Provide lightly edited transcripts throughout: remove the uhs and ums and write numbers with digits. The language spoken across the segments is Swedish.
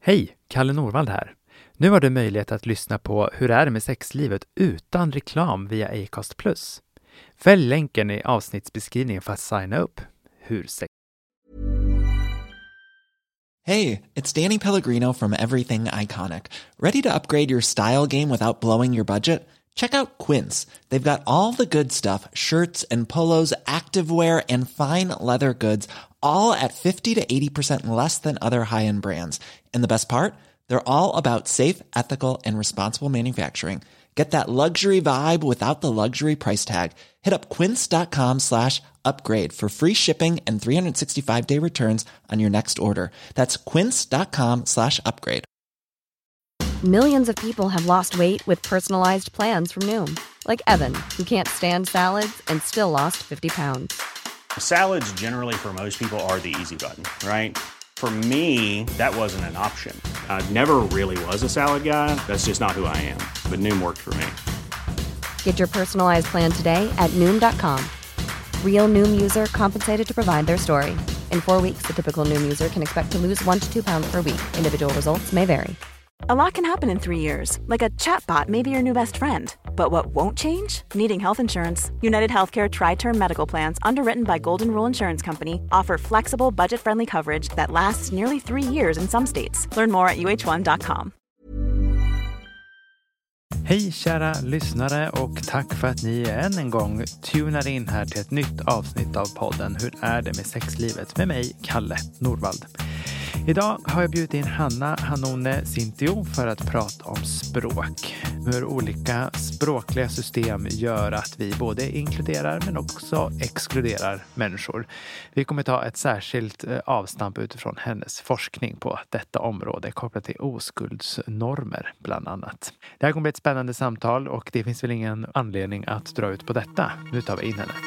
Hej, Kalle Norvald här. Nu har du möjlighet att lyssna på Hur är det med sexlivet utan reklam via Acast+. Följ länken i avsnittsbeskrivningen för att signa upp. Hey, it's Danny Pellegrino from Everything Iconic. Ready to upgrade your style game without blowing your budget? Check out Quince. They've got all the good stuff, shirts and polos, activewear and fine leather goods, all at 50 to 80% less than other high-end brands. And the best part? They're all about safe, ethical, and responsible manufacturing. Get that luxury vibe without the luxury price tag. Hit up quince.com/upgrade for free shipping and 365-day returns on your next order. That's quince.com/upgrade. Millions of people have lost weight with personalized plans from Noom. Like Evan, who can't stand salads and still lost 50 pounds. Salads generally for most people are the easy button, right? For me, that wasn't an option. I never really was a salad guy. That's just not who I am. But Noom worked for me. Get your personalized plan today at Noom.com. Real Noom user compensated to provide their story. In 4 weeks, the typical Noom user can expect to lose 1 to 2 pounds per week. Individual results may vary. A lot can happen in 3 years, like a chatbot may be your new best friend. But what won't change? Needing health insurance. United Healthcare Tri-Term Medical Plans, underwritten by Golden Rule Insurance Company, offer flexible, budget-friendly coverage that lasts nearly 3 years in some states. Learn more at uh1.com. Hej kära lyssnare och tack för att ni än en gång tunar in här till ett nytt avsnitt av podden Hur är det med sexlivet med mig, Kalle Norvald. Idag har jag bjudit in Hanna Hanone Sintio för att prata om språk. Hur olika språkliga system gör att vi både inkluderar men också exkluderar människor. Vi kommer ta ett särskilt avstamp utifrån hennes forskning på detta område kopplat till oskuldsnormer bland annat. Det här kommer bli ett spännande samtal och det finns väl ingen anledning att dra ut på detta. Nu tar vi in henne.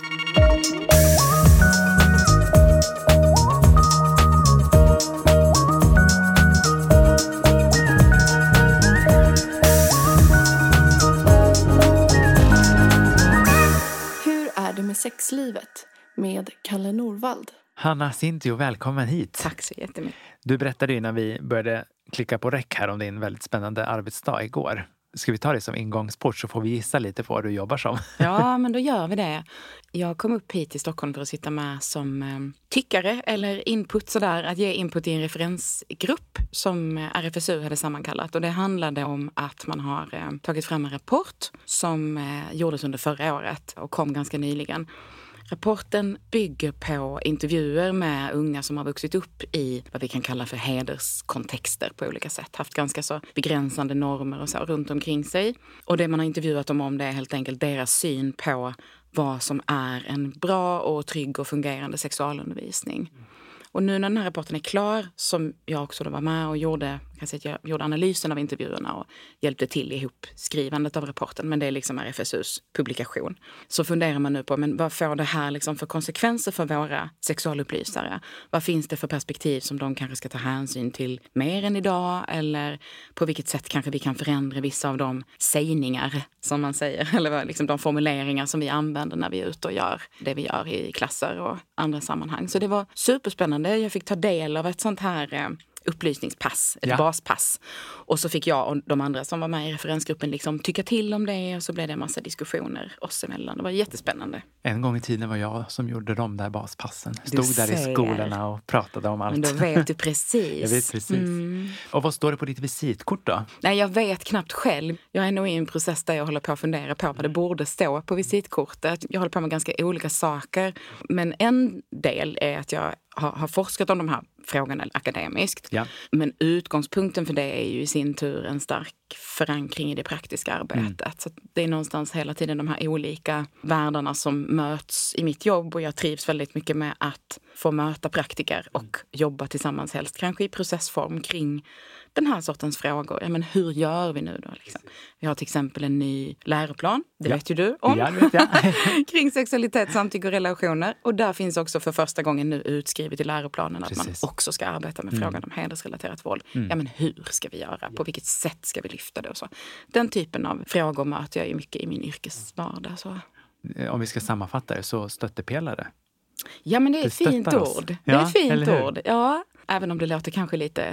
Med sexlivet med Kalle Norvald. Hanna Sintio, välkommen hit. Tack så jättemycket. Du berättade innan vi började klicka på räck här om din väldigt spännande arbetsdag igår. Ska vi ta det som ingångsport så får vi gissa lite på vad du jobbar som? Ja, men då gör vi det. Jag kom upp hit till Stockholm för att sitta med som tyckare eller input sådär. Att ge input i en referensgrupp som RFSU hade sammankallat. Och det handlade om att man har tagit fram en rapport som gjordes under förra året och kom ganska nyligen. Rapporten bygger på intervjuer med unga som har vuxit upp i vad vi kan kalla för hederskontexter på olika sätt. Haft ganska så begränsande normer och så runt omkring sig. Och det man har intervjuat dem om det är helt enkelt deras syn på vad som är en bra och trygg och fungerande sexualundervisning. Och nu när den här rapporten är klar, som jag också då var med och gjorde analysen av intervjuerna och hjälpte till ihop skrivandet av rapporten, men det är liksom RFSUs publikation. Så funderar man nu på, men vad får det här liksom för konsekvenser för våra sexualupplysare? Vad finns det för perspektiv som de kanske ska ta hänsyn till mer än idag? Eller på vilket sätt kanske vi kan förändra vissa av de sägningar som man säger, eller liksom de formuleringar som vi använder när vi är ute och gör det vi gör i klasser och andra sammanhang. Så det var superspännande. Jag fick ta del av ett sånt här upplysningspass, ett baspass. Och så fick jag och de andra som var med i referensgruppen liksom tycka till om det och så blev det en massa diskussioner oss emellan. Det var jättespännande. En gång i tiden var jag som gjorde de där baspassen. Stod där i skolorna och pratade om allt. Men då vet du precis. Jag vet precis. Och vad står det på ditt visitkort då? Nej, jag vet knappt själv. Jag är nog i en process där jag håller på att fundera på vad det borde stå på visitkortet. Jag håller på med ganska olika saker. Men en del är att jag har forskat om de här frågorna akademiskt. Ja. Men utgångspunkten för det är ju i sin tur en stark förankring i det praktiska arbetet. Så det är någonstans hela tiden de här olika världarna som möts i mitt jobb. Och jag trivs väldigt mycket med att få möta praktiker och jobba tillsammans, helst kanske i processform kring den här sortens frågor. Ja, men hur gör vi nu då? Liksom? Vi har till exempel en ny läroplan, det vet ju du om, vet jag. kring sexualitet, samtycke och relationer. Och där finns också för första gången nu utskrivet i läroplanen att man också ska arbeta med frågan om hedersrelaterat våld. Ja, men hur ska vi göra? På vilket sätt ska vi lyfta det? Och så. Den typen av frågor möter jag ju mycket i min yrkesvardag. Så. Om vi ska sammanfatta det, så stöttepelare. Ja, men det är ett fint ord. Det är ett fint ord. Ja, även om det låter kanske lite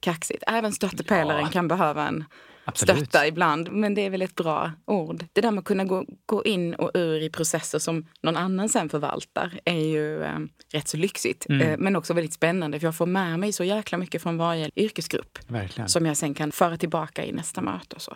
kaxigt. Även stöttepelaren kan behöva en Absolut. stötta ibland, men det är väl ett bra ord. Det där med att kunna gå in och ur i processer som någon annan sen förvaltar är ju rätt så lyxigt. Men också väldigt spännande, för jag får med mig så jäkla mycket från varje yrkesgrupp. Verkligen. Som jag sen kan föra tillbaka i nästa möte och så.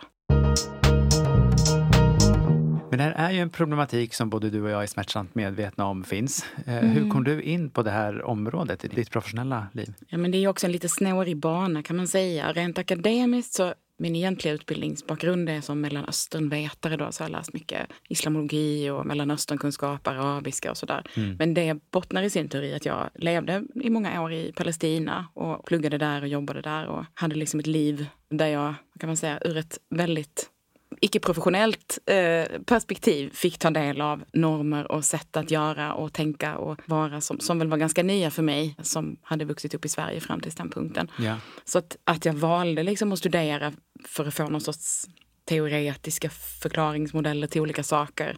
Men det här är ju en problematik som både du och jag är smärtsamt medvetna om finns. Hur kom du in på det här området i ditt professionella liv? Ja, men det är också en lite snårig bana kan man säga. Rent akademiskt så min egentliga utbildningsbakgrund är som Mellanösternvetare då, så jag har läst mycket islamologi och Mellanösternkunskap, arabiska och sådär. Men det bottnar i sin tur i att jag levde i många år i Palestina och pluggade där och jobbade där och hade liksom ett liv där jag, kan man säga, ur ett väldigt icke-professionellt perspektiv fick ta del av normer och sätt att göra och tänka och vara som väl var ganska nya för mig som hade vuxit upp i Sverige fram till den punkten. Ja. Så att jag valde liksom att studera för att få någon sorts teoretiska förklaringsmodeller till olika saker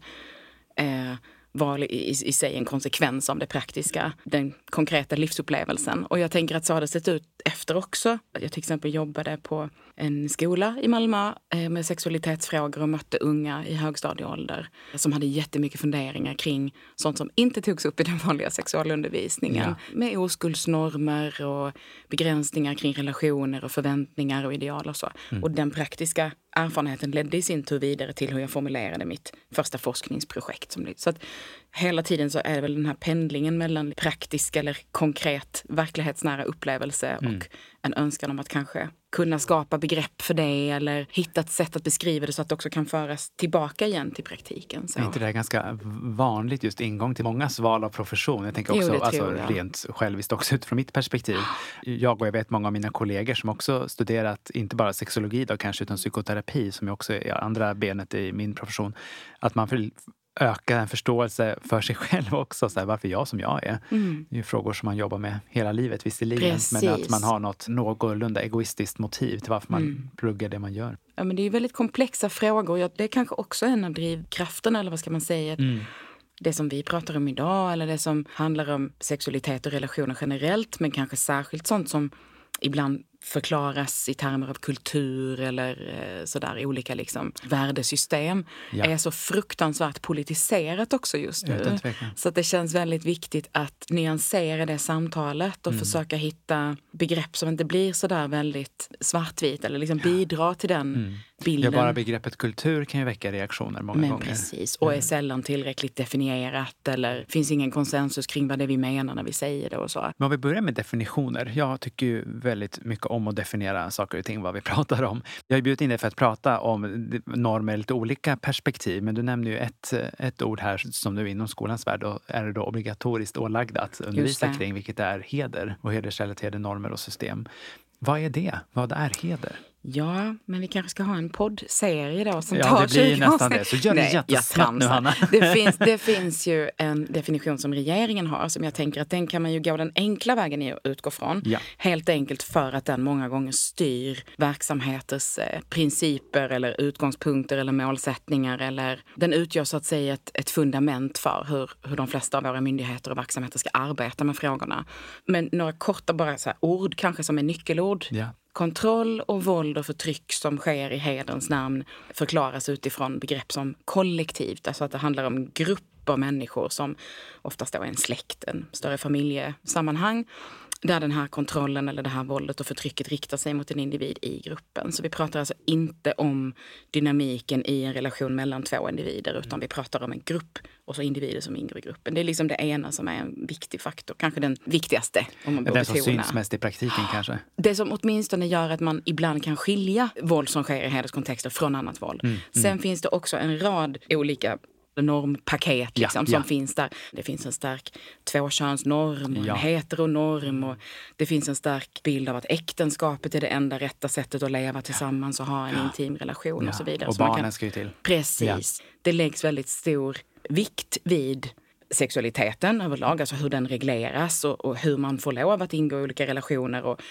var i sig en konsekvens av det praktiska, den konkreta livsupplevelsen. Och jag tänker att så har det sett ut efter också. Jag till exempel jobbade på en skola i Malmö med sexualitetsfrågor och mötte unga i högstadieålder som hade jättemycket funderingar kring sånt som inte togs upp i den vanliga sexualundervisningen. Ja. Med oskuldsnormer och begränsningar kring relationer och förväntningar och ideal och så. Och den praktiska erfarenheten ledde i sin tur vidare till hur jag formulerade mitt första forskningsprojekt. Så att hela tiden så är det väl den här pendlingen mellan praktisk eller konkret verklighetsnära upplevelse och en önskan om att kanske kunna skapa begrepp för det eller hitta ett sätt att beskriva det så att det också kan föras tillbaka igen till praktiken. Så. Är inte det ganska vanligt just ingång till mångas val av profession? Jag tänker också rent själviskt också utifrån mitt perspektiv. Jag vet många av mina kollegor som också studerat inte bara sexologi då kanske utan psykoterapi som också är andra benet i min profession. Att man vill öka en förståelse för sig själv också. Så här, varför jag som jag är. Det är ju frågor som man jobbar med hela livet visserligen. Men att man har något någorlunda egoistiskt motiv till varför man pluggar det man gör. Ja, men det är ju väldigt komplexa frågor. Det är kanske också en av drivkrafterna, eller vad ska man säga? Det som vi pratar om idag, eller det som handlar om sexualitet och relationer generellt, men kanske särskilt sånt som ibland förklaras i termer av kultur eller sådär olika liksom värdesystem är så fruktansvärt politiserat också just nu. Så att det känns väldigt viktigt att nyansera det samtalet och försöka hitta begrepp som inte blir sådär väldigt svartvit eller liksom bidra till den bilden. Ja, bara begreppet kultur kan ju väcka reaktioner många gånger. Precis, och är sällan tillräckligt definierat eller finns ingen konsensus kring vad det är vi menar när vi säger det och så. Men om vi börjar med definitioner. Jag tycker ju väldigt mycket om att definiera saker och ting, vad vi pratar om. Jag har bjudit in dig för att prata om normer i lite olika perspektiv, men du nämner ju ett ord här som nu inom skolans värld och är det då obligatoriskt ålagd att undervisa kring, vilket är heder och hedersrelaterade normer och system. Vad är det? Vad är heder? Ja, men vi kanske ska ha en poddserie då som tar 20 avsnitt. Ja, det blir nästan det. Så gör det jättesnabbt nu, Hanna. Det finns ju en definition som regeringen har som jag tänker att den kan man ju gå den enkla vägen i att utgå från. Ja. Helt enkelt för att den många gånger styr verksamheters principer eller utgångspunkter eller målsättningar. Eller den utgör så att säga ett fundament för hur de flesta av våra myndigheter och verksamheter ska arbeta med frågorna. Men några korta bara så här ord kanske som är nyckelord. Ja. Kontroll och våld och förtryck som sker i hederns namn förklaras utifrån begrepp som kollektivt. Alltså att det handlar om grupper av människor som oftast då är en släkt, en större familjesammanhang. Där den här kontrollen eller det här våldet och förtrycket riktar sig mot en individ i gruppen. Så vi pratar alltså inte om dynamiken i en relation mellan två individer utan vi pratar om en grupp och så individer som ingår i gruppen. Det är liksom det ena som är en viktig faktor. Kanske den viktigaste om man betona. Det som syns mest i praktiken kanske? Det som åtminstone gör att man ibland kan skilja våld som sker i hederskontexter från annat våld. Sen finns det också en rad olika normpaket liksom, som finns där. Det finns en stark tvåkönsnorm och en heteronorm och det finns en stark bild av att äktenskapet är det enda rätta sättet att leva tillsammans och ha en intim relation och så vidare. Och så barnen ska ju till. Precis. Det läggs väldigt stor vikt vid sexualiteten överlag, alltså hur den regleras och hur man får lov att ingå i olika relationer och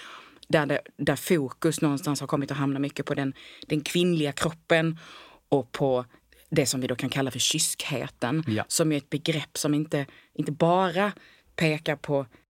där fokus någonstans har kommit att hamna mycket på den kvinnliga kroppen och på det som vi då kan kalla för kyskheten, som är ett begrepp som inte bara pekar på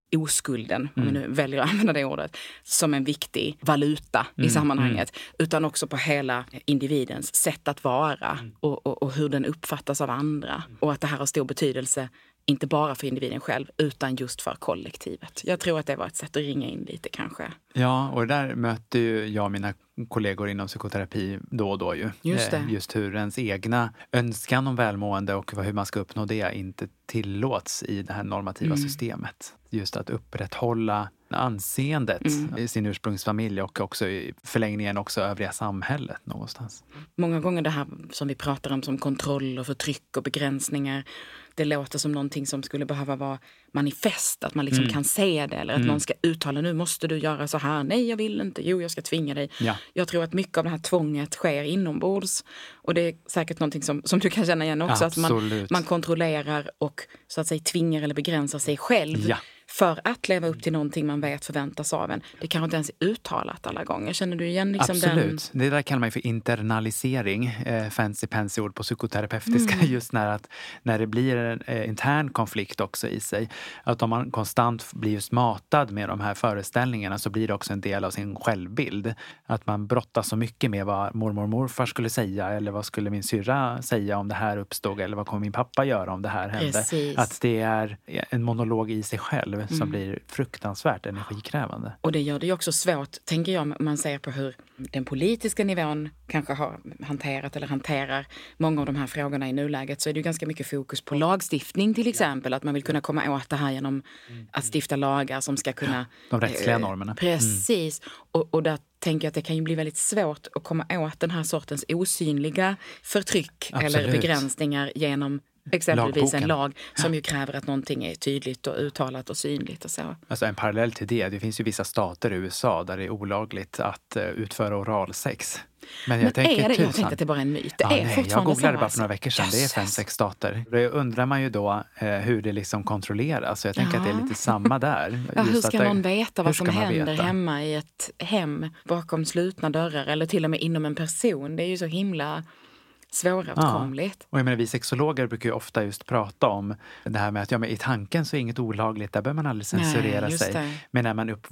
oskulden, om vi nu väljer att använda det ordet, som en viktig valuta i sammanhanget, utan också på hela individens sätt att vara och hur den uppfattas av andra. Och att det här har stor betydelse, inte bara för individen själv, utan just för kollektivet. Jag tror att det var ett sätt att ringa in lite kanske. Ja, och där möter ju jag och mina kollegor inom psykoterapi då och då ju. Just hur ens egna önskan om välmående och hur man ska uppnå det inte tillåts i det här normativa systemet. Just att upprätthålla anseendet i sin ursprungsfamilj och också i förlängningen också övriga samhället någonstans. Många gånger det här som vi pratar om som kontroll och förtryck och begränsningar, det låter som någonting som skulle behöva vara manifest, att man liksom kan se det, eller att någon ska uttala, nu måste du göra så här, nej jag vill inte, jo jag ska tvinga dig. Ja. Jag tror att mycket av det här tvånget sker inombords, och det är säkert någonting som du kan känna igen också, absolut. Att man kontrollerar och så att säga tvingar eller begränsar sig själv för att leva upp till någonting man vet förväntas av en. Det kanske inte ens är uttalat alla gånger. Känner du igen liksom absolut. Det där kallar man för internalisering, fancy ord på psykoterapeutiska, just när det blir en intern konflikt också i sig. Att om man konstant blir just matad med de här föreställningarna, så blir det också en del av sin självbild. Att man brottas så mycket med vad mormor och morfar skulle säga, eller vad skulle min syrra säga om det här uppstod, eller vad kommer min pappa göra om det här hände. Precis. Att det är en monolog i sig själv som blir fruktansvärt energikrävande. Och det gör det ju också svårt, tänker jag, om man ser på hur den politiska nivån kanske har hanterat eller hanterar många av de här frågorna i nuläget, så är det ju ganska mycket fokus på lagstiftning till exempel. Att man vill kunna komma åt det här genom att stifta lagar som ska kunna... De rättsliga normerna. Precis. Och där tänker jag att det kan ju bli väldigt svårt att komma åt den här sortens osynliga förtryck eller begränsningar genom exempelvis en lag som ju kräver att någonting är tydligt och uttalat och synligt och så. Alltså en parallell till det finns ju vissa stater i USA där det är olagligt att utföra oralsex. Men jag tänkte att det bara är en myt. Det är fortfarande jag googlade bara för så, några veckor sedan. Det är 5-6 stater. Då undrar man ju då hur det liksom kontrolleras. Så jag tänker att det är lite samma där. Hur ska någon veta vad som händer hemma i ett hem bakom slutna dörrar eller till och med inom en person? Det är ju så himla svåråtkomligt. Ja. Och jag menar, vi sexologer brukar ju ofta just prata om det här med att men i tanken så är inget olagligt, där behöver man aldrig censurera sig. Det. Men när man är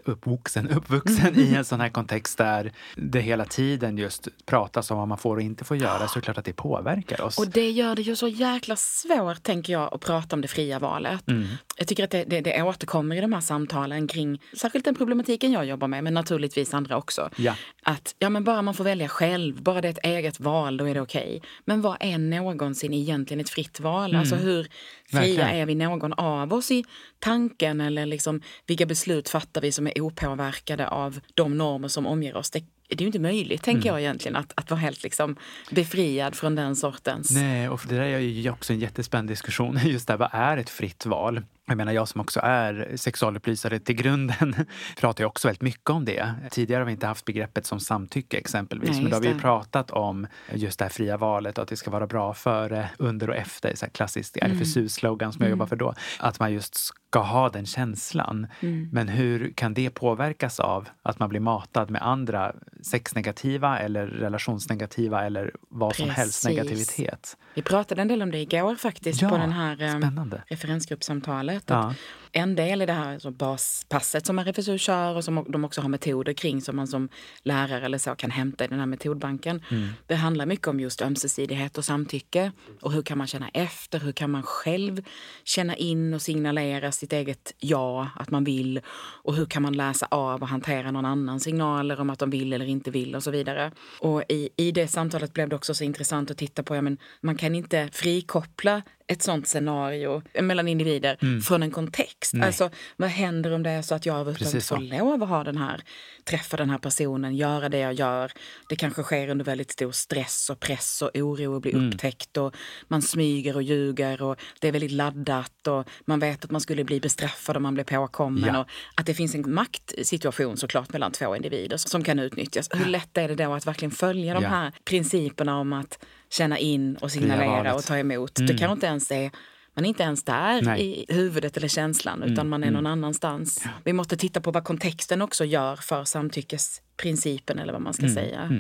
uppvuxen i en sån här kontext där det hela tiden just pratas om vad man får och inte får göra, så är det klart att det påverkar oss. Och det gör det ju så jäkla svårt, tänker jag, att prata om det fria valet. Jag tycker att det återkommer i de här samtalen kring särskilt den problematiken jag jobbar med, men naturligtvis andra också. Ja. Att men bara man får välja själv, bara det är ett eget val, då är det okej. Men vad är någonsin egentligen ett fritt val? Alltså hur fria är vi någon av oss i tanken, eller liksom vilka beslut fattar vi som är opåverkade av de normer som omger oss? Det är ju inte möjligt, tänker jag egentligen, att vara helt liksom befriad från den sortens... Nej, och det där är ju också en jättespännande diskussion. Just där, vad är ett fritt val? Jag menar, jag som också är sexualupplysare till grunden pratar ju också väldigt mycket om det. Tidigare har vi inte haft begreppet som samtycke exempelvis. Nej, men då har vi ju pratat om just det här fria valet och att det ska vara bra före, under och efter. Så här klassiskt RFSU-slogan som jag jobbar för då. Att man just ska ha den känslan. Men hur kan det påverkas av att man blir matad med andra sexnegativa eller relationsnegativa eller vad som helst negativitet? Vi pratade en del om det igår faktiskt på den här referensgruppsamtalet. Att en del i det här så baspasset som RFSU kör och som de också har metoder kring som man som lärare eller så kan hämta i den här metodbanken. Det handlar mycket om just ömsesidighet och samtycke. Och hur kan man känna efter? Hur kan man själv känna in och signalera sitt eget ja, att man vill? Och hur kan man läsa av och hantera någon annan signaler om att de vill eller inte vill och så vidare. Och i det samtalet blev det också så intressant att titta på, men man kan inte frikoppla ett sånt scenario mellan individer från en kontext. Nej. Alltså, vad händer om det är så att jag överhuvudtaget får lov att ha träffa den här personen, göra det jag gör. Det kanske sker under väldigt stor stress och press och oro att bli upptäckt, och man smyger och ljuger och det är väldigt laddat och man vet att man skulle bli bestraffad om man blir påkommen och att det finns en maktsituation såklart mellan två individer som kan utnyttjas. Hur lätt är det då att verkligen följa de här principerna om att känna in och signalera och ta emot? Det kanske inte ens är, man är inte ens där i huvudet eller känslan, utan man är någon annanstans. Vi måste titta på vad kontexten också gör för samtyckesprincipen, eller vad man ska säga.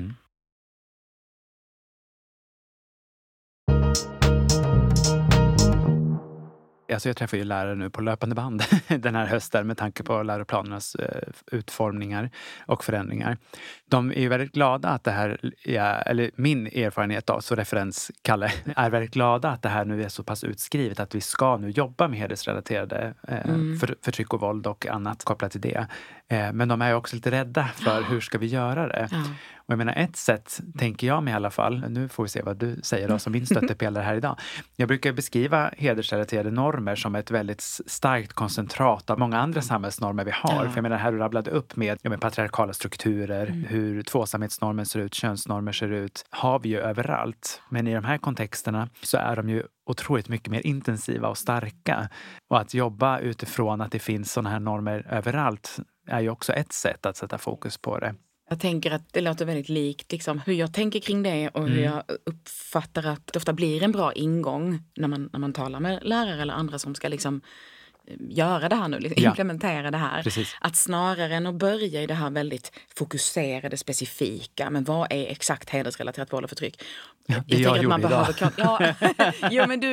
Alltså jag träffar ju lärare nu på löpande band den här hösten med tanke på läroplanernas utformningar och förändringar. De är ju väldigt glada att det här, eller min erfarenhet då, så referenskalle, är väldigt glada att det här nu är så pass utskrivet att vi ska nu jobba med hedersrelaterade förtryck och våld och annat kopplat till det. Men de är ju också lite rädda för hur ska vi göra det. Ja. Och jag menar, ett sätt, tänker jag mig i alla fall, nu får vi se vad du säger då som min stöttepelare här idag. Jag brukar beskriva hedersrelaterade normer som ett väldigt starkt koncentrat av många andra samhällsnormer vi har. För jag menar, här du rabblade upp med patriarkala strukturer, hur tvåsamhetsnormen ser ut, könsnormer ser ut, har vi ju överallt. Men i de här kontexterna så är de ju otroligt mycket mer intensiva och starka. Och att jobba utifrån att det finns sådana här normer överallt är ju också ett sätt att sätta fokus på det. Jag tänker att det låter väldigt likt liksom, hur jag tänker kring det och hur jag uppfattar att det ofta blir en bra ingång när man talar med lärare eller andra som ska liksom göra det här nu, implementera det här. Precis. Att snarare än att börja i det här väldigt fokuserade, specifika, men vad är exakt hedersrelaterat våld och förtryck? Jag tänker att man behöver... Jo, men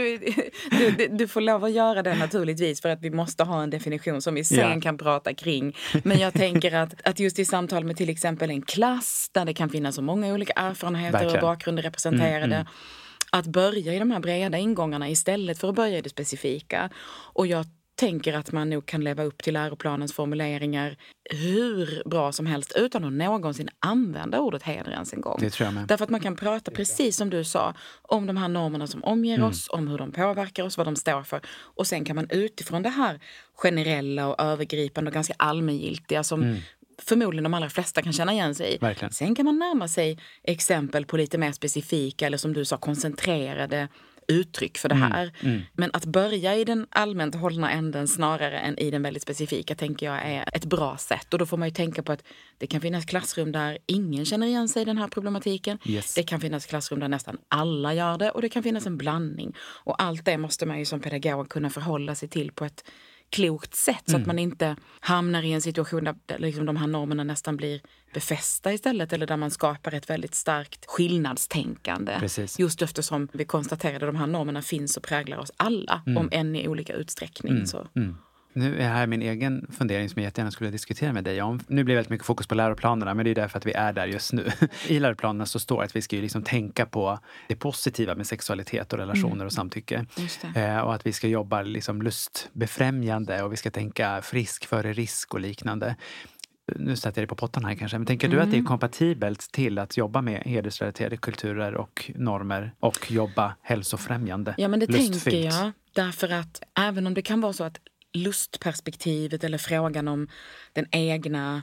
du får lov att göra det naturligtvis för att vi måste ha en definition som vi sen kan prata kring. Men jag tänker att just i samtal med till exempel en klass där det kan finnas så många olika erfarenheter och bakgrunder representerade, att börja i de här breda ingångarna istället för att börja i det specifika. Och jag tänker att man nog kan leva upp till läroplanens formuleringar hur bra som helst utan att någonsin använda ordet heder ens en gång. Det tror jag med. Därför att man kan prata precis som du sa om de här normerna som omger oss, om hur de påverkar oss, vad de står för. Och sen kan man utifrån det här generella och övergripande och ganska allmängiltiga som förmodligen de allra flesta kan känna igen sig i. Verkligen. Sen kan man närma sig exempel på lite mer specifika eller som du sa koncentrerade uttryck för det här. Men att börja i den allmänt hållna änden snarare än i den väldigt specifika tänker jag är ett bra sätt. Och då får man ju tänka på att det kan finnas klassrum där ingen känner igen sig i den här problematiken. Yes. Det kan finnas klassrum där nästan alla gör det och det kan finnas en blandning. Och allt det måste man ju som pedagog kunna förhålla sig till på ett klokt sätt så att man inte hamnar i en situation där liksom de här normerna nästan blir befästa istället eller där man skapar ett väldigt starkt skillnadstänkande. Precis. Just eftersom vi konstaterade att de här normerna finns och präglar oss alla om än i olika utsträckning. Så. Nu är här min egen fundering som jag jättegärna skulle diskutera med dig om. Nu blir det väldigt mycket fokus på läroplanerna, men det är därför att vi är där just nu. I läroplanerna så står att vi ska ju liksom tänka på det positiva med sexualitet och relationer och samtycke. Och att vi ska jobba liksom lustbefrämjande och vi ska tänka frisk före risk och liknande. Nu sätter jag det på pottan här kanske, men tänker du att det är kompatibelt till att jobba med hedersrelaterade kulturer och normer och jobba hälsofrämjande? Ja, men det lustfyllt? tänker jag. Därför att även om det kan vara så att lustperspektivet eller frågan om den egna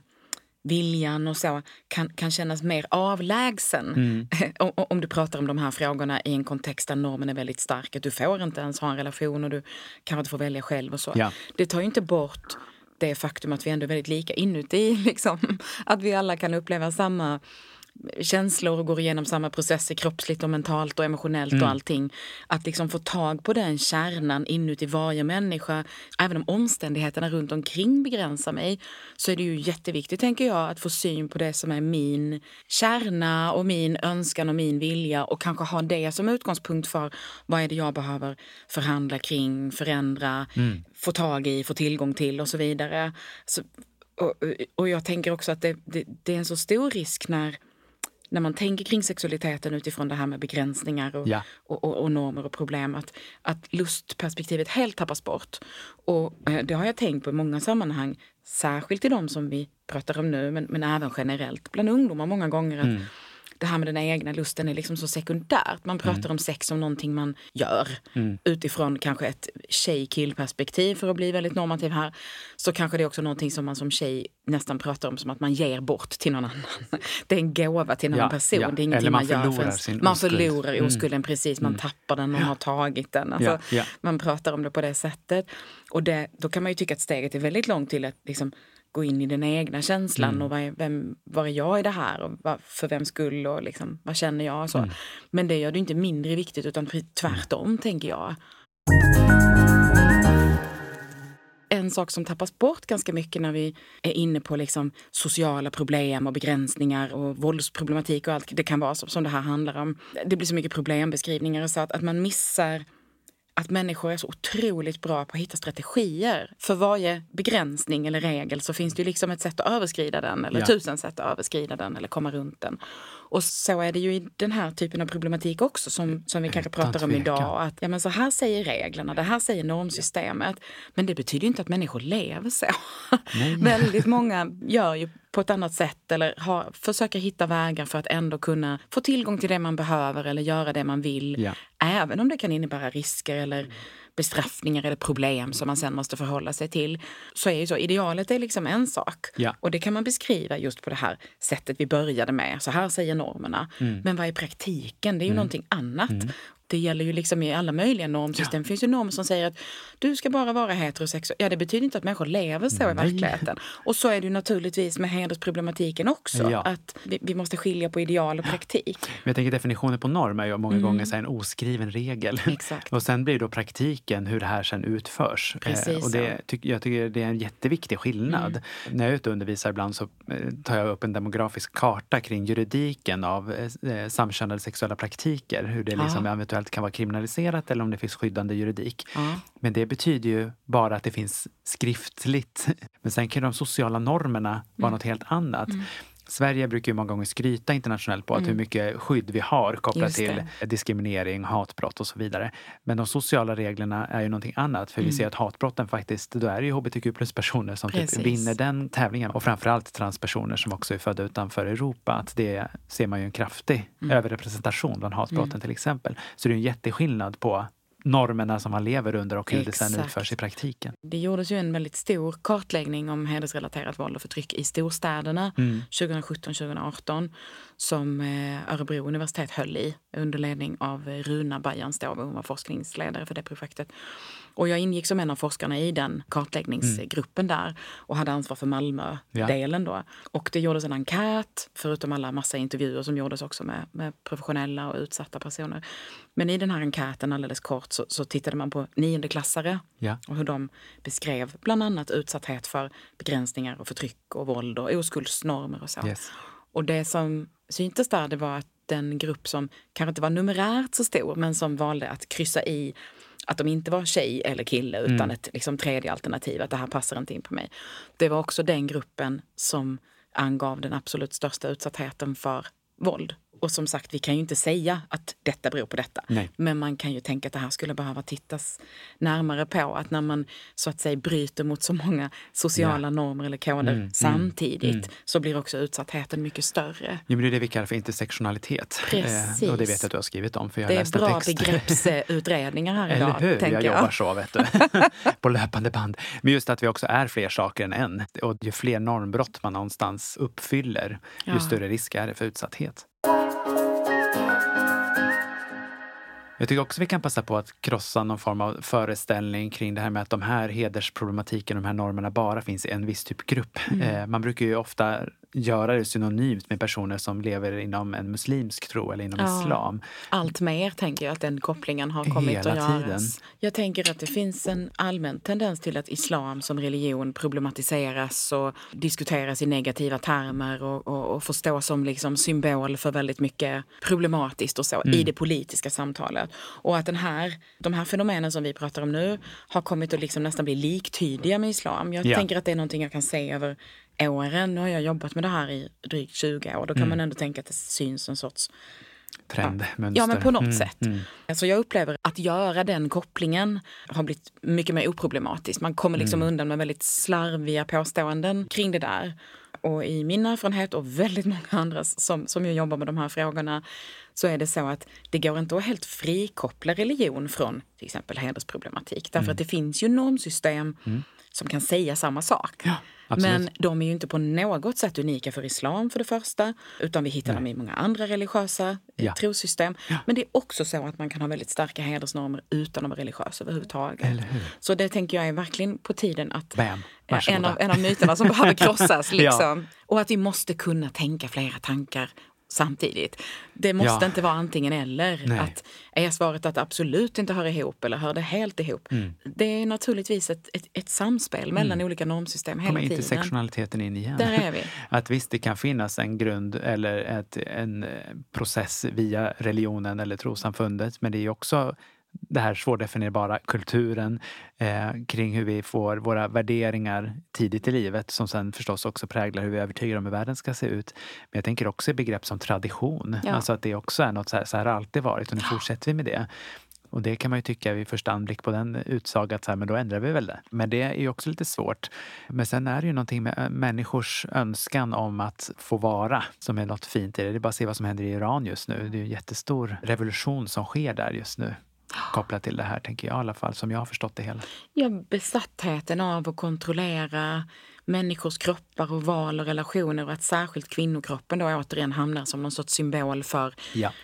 viljan och så kan kännas mer avlägsen om du pratar om de här frågorna i en kontext där normen är väldigt stark, att du får inte ens ha en relation och du kan inte få välja själv och så. Ja. Det tar ju inte bort det faktum att vi ändå är väldigt lika inuti, liksom, att vi alla kan uppleva samma känslor och går igenom samma processer kroppsligt och mentalt och emotionellt och allting. Att liksom få tag på den kärnan inuti varje människa, även om omständigheterna runt omkring begränsar mig, så är det ju jätteviktigt, tänker jag, att få syn på det som är min kärna och min önskan och min vilja och kanske ha det som utgångspunkt för vad är det jag behöver förhandla kring, förändra, få tag i, få tillgång till och så vidare. Och jag tänker också att det är en så stor risk när man tänker kring sexualiteten utifrån det här med begränsningar och normer och problem, att lustperspektivet helt tappas bort. Och det har jag tänkt på i många sammanhang, särskilt i de som vi pratar om nu, men även generellt bland ungdomar många gånger, att det här med den egna lusten är liksom så sekundärt. Man pratar om sex som någonting man gör utifrån kanske ett tjej-kill-perspektiv, för att bli väldigt normativ här. Så kanske det är också någonting som man som tjej nästan pratar om som att man ger bort till någon annan. Det är en gåva till en annan person. Det är ingenting man gör för man förlorar oskulden, precis. Man tappar den och har tagit den. Alltså, man pratar om det på det sättet. Och då kan man ju tycka att steget är väldigt långt till att liksom gå in i den egna känslan och var är jag i det här och för vem skull och liksom, vad känner jag och så. Men det gör det inte mindre viktigt, utan tvärtom, tänker jag. En sak som tappas bort ganska mycket när vi är inne på liksom sociala problem och begränsningar och våldsproblematik och allt det kan vara som det här handlar om. Det blir så mycket problembeskrivningar och så att man missar att människor är så otroligt bra på att hitta strategier. För varje begränsning eller regel så finns det ju liksom ett sätt att överskrida den eller 1000 sätt att överskrida den eller komma runt den. Och så är det ju i den här typen av problematik också som vi kanske pratar om idag. Att ja, men så här säger reglerna, det här säger normsystemet. Men det betyder ju inte att människor lever så. Väldigt många gör ju på ett annat sätt eller försöker hitta vägar för att ändå kunna få tillgång till det man behöver eller göra det man vill. Ja. Även om det kan innebära risker eller bestraffningar eller problem som man sen måste förhålla sig till. Så är ju så, idealet är liksom en sak. Ja. Och det kan man beskriva just på det här sättet vi började med. Så här säger normerna. Men vad är praktiken? Det är ju någonting annat. Det gäller ju liksom i alla möjliga normsystem. Det finns ju normer som säger att du ska bara vara heterosexuell. Ja, det betyder inte att människor lever så i verkligheten. Och så är det ju naturligtvis med hedersproblematiken också. Ja. Att vi måste skilja på ideal och praktik. Men jag tänker definitionen på norm är ju många gånger så en oskriven regel. Exakt. Och sen blir då praktiken hur det här sen utförs. Precis. Och jag tycker det är en jätteviktig skillnad. När jag är ute och undervisar ibland så tar jag upp en demografisk karta kring juridiken av samkönade sexuella praktiker. Hur det liksom eventuellt kan vara kriminaliserat eller om det finns skyddande juridik. Men det betyder ju bara att det finns skriftligt. Men sen kan de sociala normerna vara något helt annat. Sverige brukar ju många gånger skryta internationellt på att hur mycket skydd vi har kopplat till diskriminering, hatbrott och så vidare. Men de sociala reglerna är ju någonting annat. För vi ser att hatbrotten faktiskt, då är det ju hbtq plus personer som typ vinner den tävlingen. Och framförallt transpersoner som också är födda utanför Europa. Att det ser man ju en kraftig överrepresentation bland hatbrotten till exempel. Så det är en jätteskillnad på normerna som man lever under och hur det sen utförs i praktiken. Det gjordes ju en väldigt stor kartläggning om hedersrelaterat våld och förtryck i storstäderna 2017-2018 som Örebro universitet höll i under ledning av Runa Bajanstov. Hon var forskningsledare för det projektet. Och jag ingick som en av forskarna i den kartläggningsgruppen där och hade ansvar för Malmö-delen då. Och det gjordes en enkät, förutom alla massa intervjuer som gjordes också med professionella och utsatta personer. Men i den här enkäten alldeles kort så tittade man på 9-klassare och hur de beskrev bland annat utsatthet för begränsningar och förtryck och våld och oskuldsnormer och så. Yes. Och det som syntes där, det var att den grupp som kanske inte var numerärt så stor men som valde att kryssa i att de inte var tjej eller kille utan ett liksom tredje alternativ, att det här passar inte in på mig. Det var också den gruppen som angav den absolut största utsattheten för våld. Och som sagt, vi kan ju inte säga att detta beror på detta. Nej. Men man kan ju tänka att det här skulle behöva tittas närmare på. Att när man så att säga bryter mot så många sociala normer eller koder samtidigt så blir också utsattheten mycket större. Ja, men det är det vi kallar för intersektionalitet. Precis. Och det vet jag att du har skrivit om. För jag det är bra begreppsutredningar här idag. Eller hur? Jag jobbar så, vet du. På löpande band. Men just att vi också är fler saker än en. Och ju fler normbrott man någonstans uppfyller, ju större risk är det för utsatthet. Jag tycker också vi kan passa på att krossa någon form av föreställning kring det här med att de här hedersproblematiken, de här normerna bara finns i en viss typ grupp. Man brukar ju ofta göra det synonymt med personer som lever inom en muslimsk tro eller inom islam. Allt mer tänker jag att den kopplingen har kommit hela att göras. Tiden. Jag tänker att det finns en allmän tendens till att islam som religion problematiseras och diskuteras i negativa termer och förstås som liksom symbol för väldigt mycket problematiskt och så i det politiska samtalet. Och att de här fenomenen som vi pratar om nu har kommit att liksom nästan bli liktydiga med islam. Jag tänker att det är någonting jag kan se över åren. Nu har jag jobbat med det här i drygt 20 år. Då kan man ändå tänka att det syns en sorts trendmönster. Ja, men på något sätt. Alltså jag upplever att göra den kopplingen har blivit mycket mer oproblematiskt. Man kommer liksom undan med väldigt slarviga påståenden kring det där. Och i min erfarenhet och väldigt många andra som jag jobbar med de här frågorna så är det så att det går inte att helt frikoppla religion från till exempel hedersproblematik. Därför att det finns ju normsystem som kan säga samma sak. Ja, absolut. Men de är ju inte på något sätt unika för islam för det första. Utan vi hittar dem i många andra religiösa trossystem. Ja. Men det är också så att man kan ha väldigt starka hedersnormer utan att vara religiös överhuvudtaget. Eller hur? Så det tänker jag är verkligen på tiden att en av myterna som behöver krossas. Liksom. Och att vi måste kunna tänka flera tankar samtidigt. Det måste inte vara antingen eller. Nej. Att är svaret att det absolut inte hör ihop eller hör det helt ihop. Det är naturligtvis ett samspel mellan olika normsystem hela tiden. Kommer intersektionaliteten in igen. Där är vi. Att visst, det kan finnas en grund eller en process via religionen eller trossamfundet, men det är också det här svårdefinierbara kulturen kring hur vi får våra värderingar tidigt i livet som sen förstås också präglar hur vi övertygar om hur världen ska se ut. Men jag tänker också i begrepp som tradition. Ja. Alltså att det också är något så här har alltid varit och nu fortsätter vi med det. Och det kan man ju tycka vid första anblick på den utsagan att så här, men då ändrar vi väl det. Men det är ju också lite svårt. Men sen är det ju någonting med människors önskan om att få vara som är något fint i det. Det är bara att se vad som händer i Iran just nu. Det är ju en jättestor revolution som sker där just nu. Kopplat till det här, tänker jag i alla fall, som jag har förstått det hela. Ja, besattheten av att kontrollera människors kroppar och val och relationer och att särskilt kvinnokroppen då återigen hamnar som någon sorts symbol för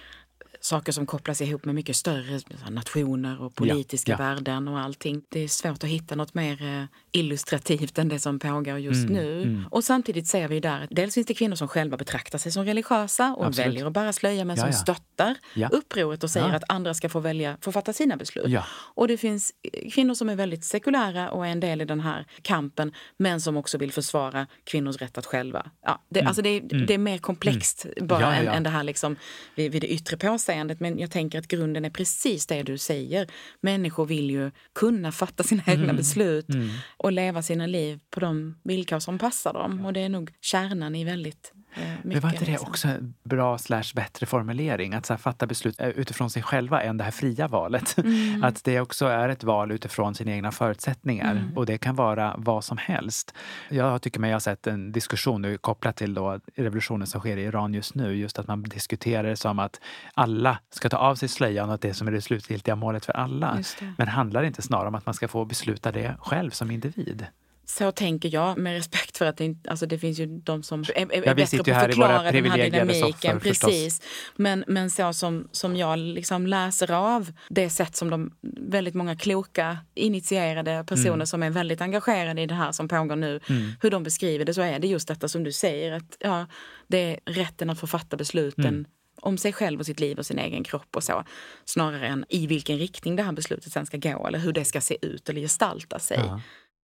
saker som kopplas ihop med mycket större nationer och politiska värden och allting. Det är svårt att hitta något mer illustrativt än det som pågår just nu. Och samtidigt ser vi där att dels finns det kvinnor som själva betraktar sig som religiösa och väljer att bara slöja men som stöttar upproret och säger att andra ska få fatta sina beslut. Ja. Och det finns kvinnor som är väldigt sekulära och är en del i den här kampen men som också vill försvara kvinnors rätt att själva. Ja, det är mer komplext bara än det här liksom vid det yttre påseendet. Men jag tänker att grunden är precis det du säger. Människor vill ju kunna fatta sina egna beslut och leva sina liv på de villkor som passar dem. Och det är nog kärnan i väldigt mycket. Men var inte det också en bra / bättre formulering? Att så här, fatta beslut utifrån sig själva än det här fria valet. Att det också är ett val utifrån sina egna förutsättningar. Och det kan vara vad som helst. Jag tycker mig ha sett en diskussion nu kopplat till då revolutionen som sker i Iran just nu. Just att man diskuterar det som att alla ska ta av sig slöjan och att det som är det slutgiltiga målet för alla. Men handlar det inte snarare om att man ska få besluta det själv som individ? Så tänker jag, med respekt för att det finns ju de som är bättre på att förklara den här dynamiken. Precis. Men så som jag liksom läser av det sätt som de väldigt många kloka, initierade personer som är väldigt engagerade i det här som pågår nu, hur de beskriver det, så är det just detta som du säger, att det är rätten att få fatta besluten om sig själv och sitt liv och sin egen kropp och så, snarare än i vilken riktning det här beslutet sen ska gå eller hur det ska se ut eller gestalta sig. Ja.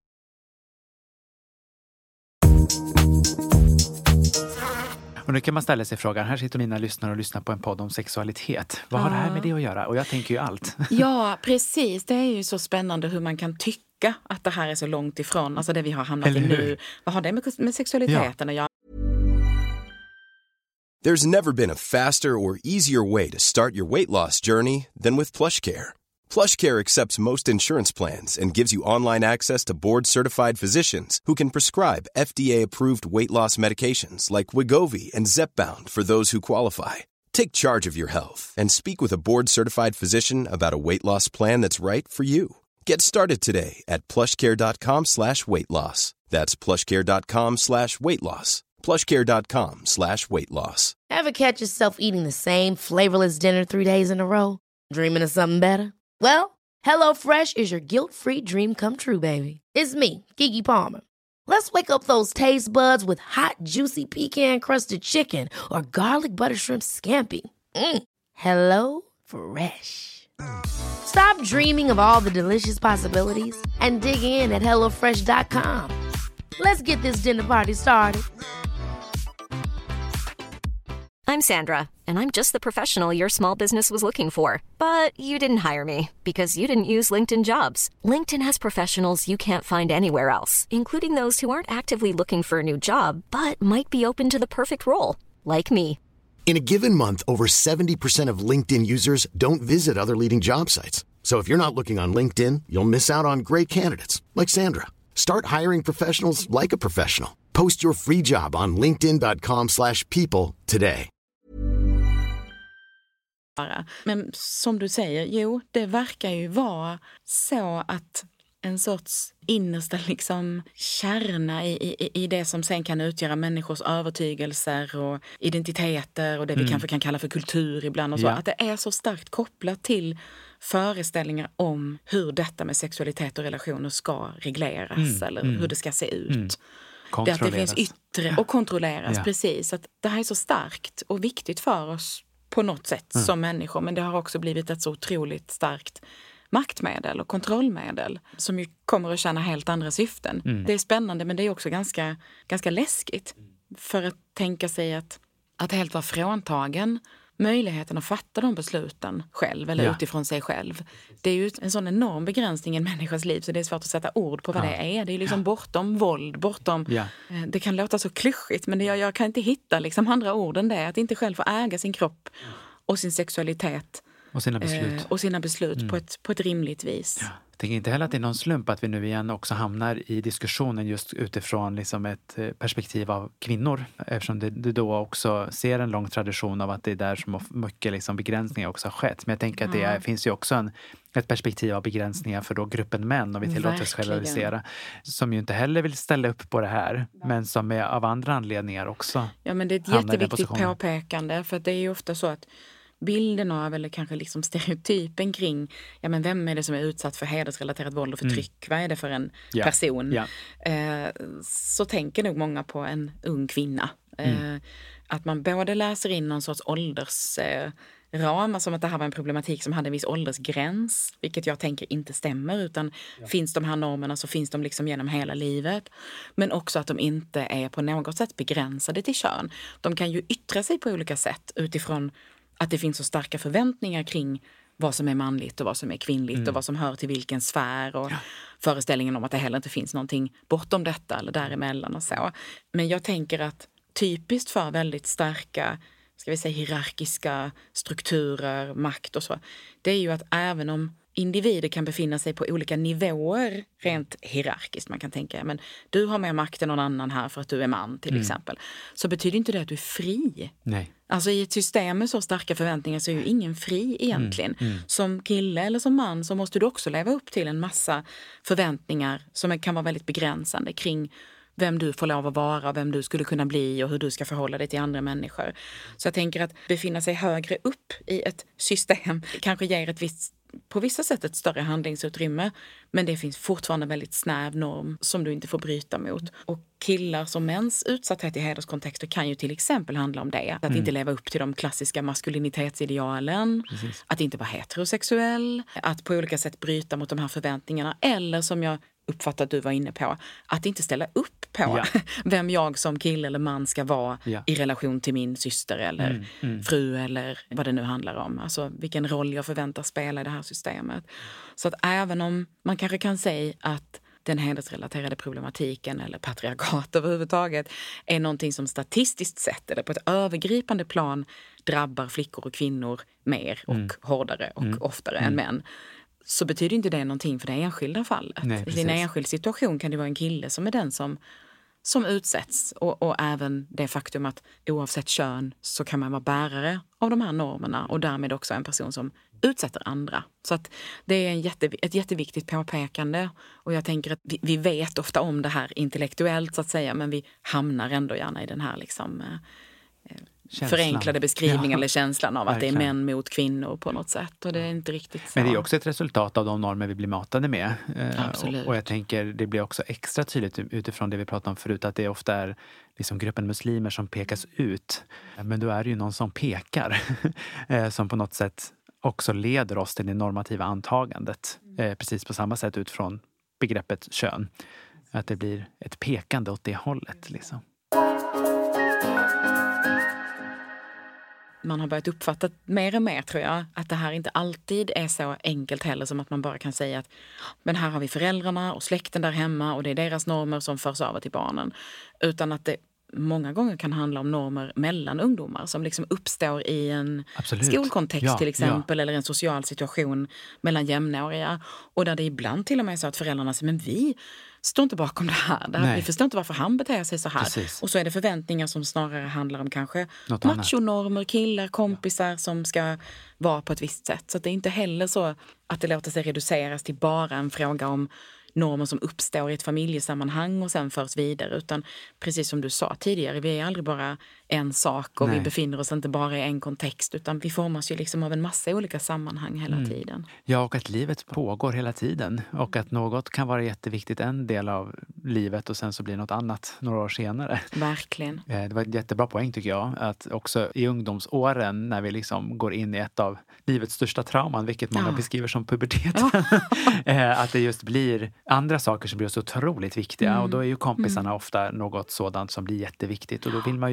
Och nu kan man ställa sig frågan, här sitter mina lyssnare och lyssnar på en podd om sexualitet. Vad har det här med det att göra? Och jag tänker ju allt. Ja, precis. Det är ju så spännande hur man kan tycka att det här är så långt ifrån. Alltså det vi har hamnat i nu. Vad har det med sexualiteten att göra? There's never been a faster or easier way to start your weight loss journey than with PlushCare. PlushCare accepts most insurance plans and gives you online access to board-certified physicians who can prescribe FDA-approved weight loss medications like Wegovy and Zepbound for those who qualify. Take charge of your health and speak with a board-certified physician about a weight loss plan that's right for you. Get started today at plushcare.com/weightloss. That's plushcare.com/weightloss. plushcare.com/weightloss. Ever catch yourself eating the same flavorless dinner 3 days in a row? Dreaming of something better? Well, HelloFresh is your guilt-free dream come true, baby. It's me, Keke Palmer. Let's wake up those taste buds with hot, juicy pecan-crusted chicken or garlic butter shrimp scampi. Hello Fresh. Stop dreaming of all the delicious possibilities and dig in at HelloFresh.com. Let's get this dinner party started. I'm Sandra, and I'm just the professional your small business was looking for. But you didn't hire me because you didn't use LinkedIn Jobs. LinkedIn has professionals you can't find anywhere else, including those who aren't actively looking for a new job, but might be open to the perfect role, like me. In a given month, over 70% of LinkedIn users don't visit other leading job sites. So if you're not looking on LinkedIn, you'll miss out on great candidates, like Sandra. Start hiring professionals like a professional. Post your free job on linkedin.com/people today. Men som du säger, det verkar ju vara så att en sorts innersta liksom kärna i det som sen kan utgöra människors övertygelser och identiteter och det vi kanske kan kalla för kultur ibland och så. Att det är så starkt kopplat till föreställningar om hur detta med sexualitet och relationer ska regleras eller hur det ska se ut. Det att det finns yttre och kontrolleras, precis. Att det här är så starkt och viktigt för oss på något sätt som människor, men det har också blivit ett så otroligt starkt maktmedel och kontrollmedel som ju kommer att tjäna helt andra syften. Det är spännande, men det är också ganska läskigt för att tänka sig att helt vara fråntagen möjligheten att fatta de besluten själv eller utifrån sig själv. Det är ju en sån enorm begränsning i en människas liv så det är svårt att sätta ord på vad det är. Det är liksom bortom våld, bortom... Det kan låta så klyschigt men jag kan inte hitta liksom andra ord än det. Att inte själv få äga sin kropp och sin sexualitet. Och sina beslut på ett rimligt vis. Ja. Jag tänker inte heller att det är någon slump att vi nu igen också hamnar i diskussionen just utifrån liksom ett perspektiv av kvinnor. Eftersom det då också ser en lång tradition av att det är där som mycket liksom begränsningar också har skett. Men jag tänker att det finns ju också ett perspektiv av begränsningar för då gruppen män, om vi tillåter oss generalisera, som ju inte heller vill ställa upp på det här, men som är av andra anledningar också. Ja, men det är ett jätteviktigt påpekande, för att det är ju ofta så att bilden av, eller kanske liksom stereotypen kring, ja men vem är det som är utsatt för hedersrelaterat våld och förtryck? Vad är det för en person? Så tänker nog många på en ung kvinna. Att man både läser in någon sorts åldersram, som att det här var en problematik som hade en viss åldersgräns, vilket jag tänker inte stämmer, utan finns de här normerna så finns de liksom genom hela livet. Men också att de inte är på något sätt begränsade till kön. De kan ju yttra sig på olika sätt utifrån att det finns så starka förväntningar kring vad som är manligt och vad som är kvinnligt och vad som hör till vilken sfär och föreställningen om att det heller inte finns någonting bortom detta eller däremellan och så. Men jag tänker att typiskt för väldigt starka, ska vi säga hierarkiska strukturer, makt och så, det är ju att även om individer kan befinna sig på olika nivåer rent hierarkiskt. Man kan tänka, men du har mer makt än någon annan här för att du är man till exempel. Så betyder inte det att du är fri. Nej. Alltså i ett system med så starka förväntningar så är ju ingen fri egentligen. Som kille eller som man så måste du också leva upp till en massa förväntningar som kan vara väldigt begränsande kring vem du får lov att vara, vem du skulle kunna bli och hur du ska förhålla dig till andra människor. Så jag tänker att befinna sig högre upp i ett system kanske ger på vissa sätt ett större handlingsutrymme, men det finns fortfarande väldigt snäv norm som du inte får bryta mot. Och killars och mäns utsatthet i hederskontexter kan ju till exempel handla om det. Att inte leva upp till de klassiska maskulinitetsidealen, att inte vara heterosexuell, att på olika sätt bryta mot de här förväntningarna, eller som jag uppfattar att du var inne på, att inte ställa upp på vem jag som kille eller man ska vara i relation till min syster eller fru eller vad det nu handlar om. Alltså vilken roll jag förväntas spela i det här systemet. Så att även om man kanske kan säga att den hedersrelaterade problematiken eller patriarkat överhuvudtaget är någonting som statistiskt sett eller på ett övergripande plan drabbar flickor och kvinnor mer och hårdare och oftare än män, så betyder inte det någonting för det enskilda fallet. Nej, i en enskild situation kan det vara en kille som är den som utsätts. Och även det faktum att oavsett kön så kan man vara bärare av de här normerna och därmed också en person som utsätter andra. Så att det är ett jätteviktigt påpekande. Och jag tänker att vi vet ofta om det här intellektuellt så att säga, men vi hamnar ändå gärna i den här liksom... förenklade beskrivningen eller känslan av att det är män mot kvinnor på något sätt. Och det är inte riktigt så. Men det är också ett resultat av de normer vi blir matade med. Absolut. Och jag tänker, det blir också extra tydligt utifrån det vi pratade om förut, att det ofta är liksom gruppen muslimer som pekas ut. Men då är det ju någon som pekar som på något sätt också leder oss till det normativa antagandet. Precis på samma sätt utifrån begreppet kön. Att det blir ett pekande åt det hållet liksom. Man har börjat uppfatta mer och mer, tror jag, att det här inte alltid är så enkelt heller som att man bara kan säga att men här har vi föräldrarna och släkten där hemma och det är deras normer som förs över till barnen. Utan att det många gånger kan handla om normer mellan ungdomar som liksom uppstår i en skolkontext till exempel eller en social situation mellan jämnåriga. Och där det ibland till och med är så att föräldrarna säger, men vi står inte bakom det här. Vi förstår inte varför han beter sig så här. Precis. Och så är det förväntningar som snarare handlar om kanske machonormer, killar, kompisar som ska vara på ett visst sätt. Så att det är inte heller så att det låter sig reduceras till bara en fråga om normer som uppstår i ett familjesammanhang och sen förs vidare. Utan precis som du sa tidigare, vi är aldrig bara en sak och vi befinner oss inte bara i en kontext, utan vi formas ju liksom av en massa olika sammanhang hela tiden. Ja, och att livet pågår hela tiden och att något kan vara jätteviktigt en del av livet och sen så blir något annat några år senare. Verkligen. Det var ett jättebra poäng tycker jag, att också i ungdomsåren när vi liksom går in i ett av livets största trauman, vilket många beskriver som puberteten, att det just blir andra saker som blir så otroligt viktiga och då är ju kompisarna ofta något sådant som blir jätteviktigt och då vill man ju bara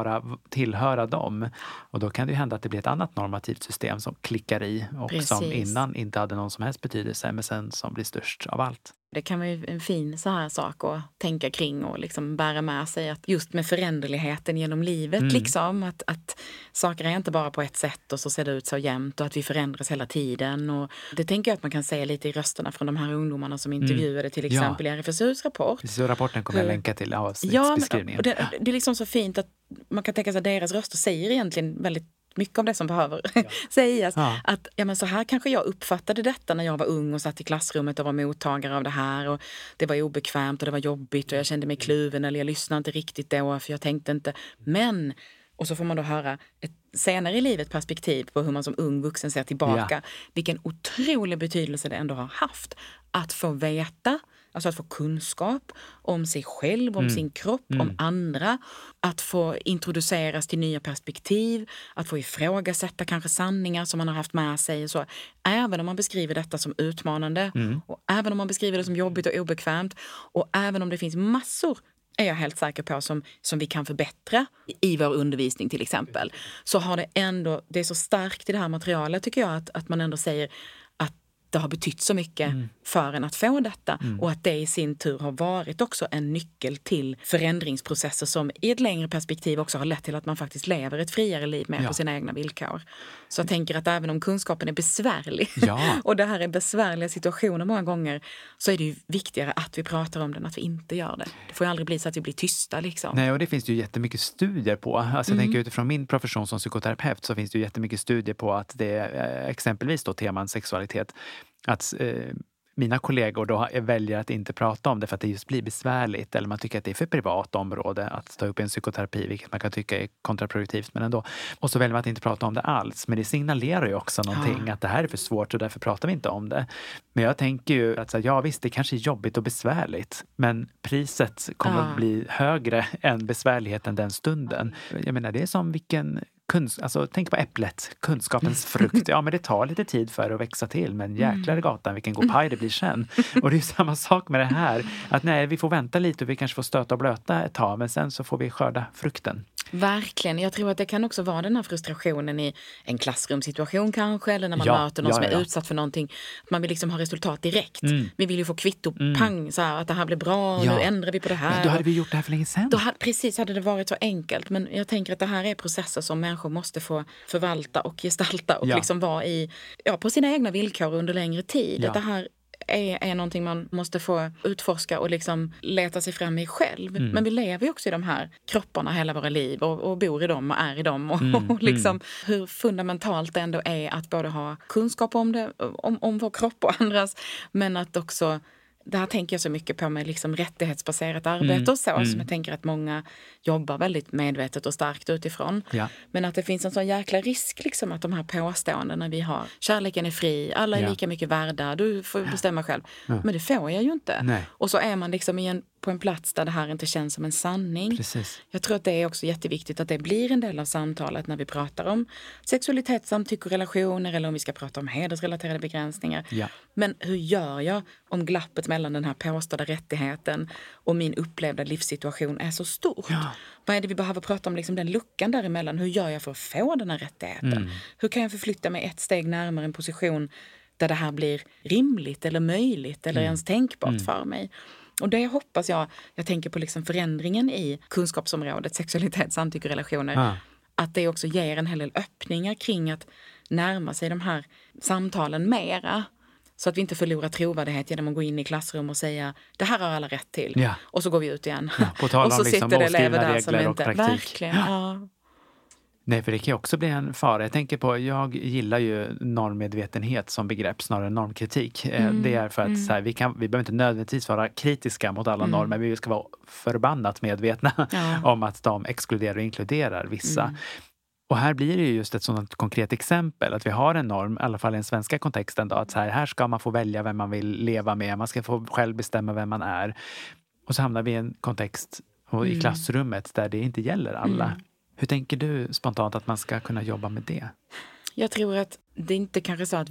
bara tillhöra dem. Och då kan det ju hända att det blir ett annat normativt system som klickar i och som innan inte hade någon som helst betydelse, men sen som blir störst av allt. Det kan vara en fin så här sak att tänka kring och liksom bära med sig, att just med föränderligheten genom livet liksom, att saker är inte bara på ett sätt och så ser det ut så jämnt och att vi förändras hela tiden. Och det tänker jag att man kan säga lite i rösterna från de här ungdomarna som intervjuade till exempel i RFSUs rapport. Precis, och rapporten kommer jag länka till avsnittsbeskrivningen. Ja, det är liksom så fint att man kan tänka sig att deras röster säger egentligen väldigt mycket om det som behöver sägas. Ja. Att men så här kanske jag uppfattade detta när jag var ung och satt i klassrummet och var mottagare av det här. Och det var obekvämt och det var jobbigt och jag kände mig kluven eller jag lyssnade inte riktigt då för jag tänkte inte. Men, och så får man då höra ett senare i livet perspektiv på hur man som ung vuxen ser tillbaka. Vilken otrolig betydelse det ändå har haft att få veta, alltså att få kunskap om sig själv, om sin kropp, om andra. Att få introduceras till nya perspektiv. Att få ifrågasätta kanske sanningar som man har haft med sig. Och så. Även om man beskriver detta som utmanande. Och även om man beskriver det som jobbigt och obekvämt. Och även om det finns massor, är jag helt säker på, som vi kan förbättra i vår undervisning till exempel. Så har det ändå, det är så starkt i det här materialet tycker jag att man ändå säger att det har betytt så mycket för en att få detta. Och att det i sin tur har varit också en nyckel till förändringsprocesser som i ett längre perspektiv också har lett till att man faktiskt lever ett friare liv med på sina egna villkor. Så jag tänker att även om kunskapen är besvärlig och det här är besvärliga situationer många gånger, så är det ju viktigare att vi pratar om det än att vi inte gör det. Det får ju aldrig bli så att vi blir tysta liksom. Nej, och det finns ju jättemycket studier på. Alltså jag tänker utifrån min profession som psykoterapeut så finns det ju jättemycket studier på att det är exempelvis då teman sexualitet. Att mina kollegor då väljer att inte prata om det för att det just blir besvärligt. Eller man tycker att det är för privat område att ta upp en psykoterapi, vilket man kan tycka är kontraproduktivt, men ändå. Och så väljer man att inte prata om det alls. Men det signalerar ju också någonting, att det här är för svårt och därför pratar vi inte om det. Men jag tänker ju att ja visst, det kanske är jobbigt och besvärligt. Men priset kommer att bli högre än besvärligheten den stunden. Jag menar, det är som vilken... Alltså, tänk på äpplet, kunskapens frukt. Ja, men det tar lite tid för att växa till. Men jäklar i gatan, vilken god paj det blir sen. Och det är samma sak med det här. Att nej, vi får vänta lite och vi kanske får stöta och blöta ett tag. Men sen så får vi skörda frukten. Verkligen. Jag tror att det kan också vara den här frustrationen i en klassrumssituation kanske. Eller när man möter någon som är utsatt för någonting. Man vill liksom ha resultat direkt. Vi vill ju få kvitto, pang, så här, att det här blir bra och nu ändrar vi på det här. Men då hade vi gjort det här för länge sedan. Precis, hade det varit så enkelt. Men jag tänker att det här är processer som människor måste få förvalta och gestalta och liksom vara i, på sina egna villkor under längre tid. Att det här är någonting man måste få utforska och liksom leta sig fram i själv. Men vi lever ju också i de här kropparna hela våra liv och bor i dem och är i dem. Och liksom hur fundamentalt det ändå är att både ha kunskap om det, om vår kropp och andras, men att också... Det här tänker jag så mycket på med liksom rättighetsbaserat arbete och så. Som jag tänker att många jobbar väldigt medvetet och starkt utifrån. Ja. Men att det finns en sån jäkla risk liksom att de här påståendena vi har. Kärleken är fri, alla är lika mycket värda, du får bestämma själv. Ja. Men det får jag ju inte. Nej. Och så är man liksom på en plats där det här inte känns som en sanning. Precis. Jag tror att det är också jätteviktigt att det blir en del av samtalet när vi pratar om sexualitet, samtycke och relationer, eller om vi ska prata om hedersrelaterade begränsningar. Ja. Men hur gör jag om glappet mellan den här påstådda rättigheten och min upplevda livssituation är så stort? Ja. Vad är det vi behöver prata om, liksom den luckan däremellan? Hur gör jag för att få den här rättigheten? Hur kan jag förflytta mig ett steg närmare en position där det här blir rimligt eller möjligt eller ens tänkbart för mig? Och det hoppas jag tänker på liksom förändringen i kunskapsområdet, sexualitet, samtycke och relationer. Att det också ger en hel del öppningar kring att närma sig de här samtalen mera. Så att vi inte förlorar trovärdighet genom att gå in i klassrum och säga det här har alla rätt till. Ja. Och så går vi ut igen. Ja, på tal om och så liksom sitter det elever där regler som inte... och praktik. Verkligen, ja. Nej, för det kan ju också bli en fara. Jag tänker på, jag gillar ju normmedvetenhet som begrepp snarare än normkritik. Det är för att så här, vi behöver inte nödvändigtvis vara kritiska mot alla normer, men vi ska vara förbannat medvetna om att de exkluderar och inkluderar vissa. Och här blir det ju just ett sådant konkret exempel att vi har en norm, i alla fall i den svenska kontexten då, att så här ska man få välja vem man vill leva med, man ska få själv bestämma vem man är. Och så hamnar vi i en kontext i klassrummet där det inte gäller alla. Hur tänker du spontant att man ska kunna jobba med det? Jag tror att det inte kanske så att vi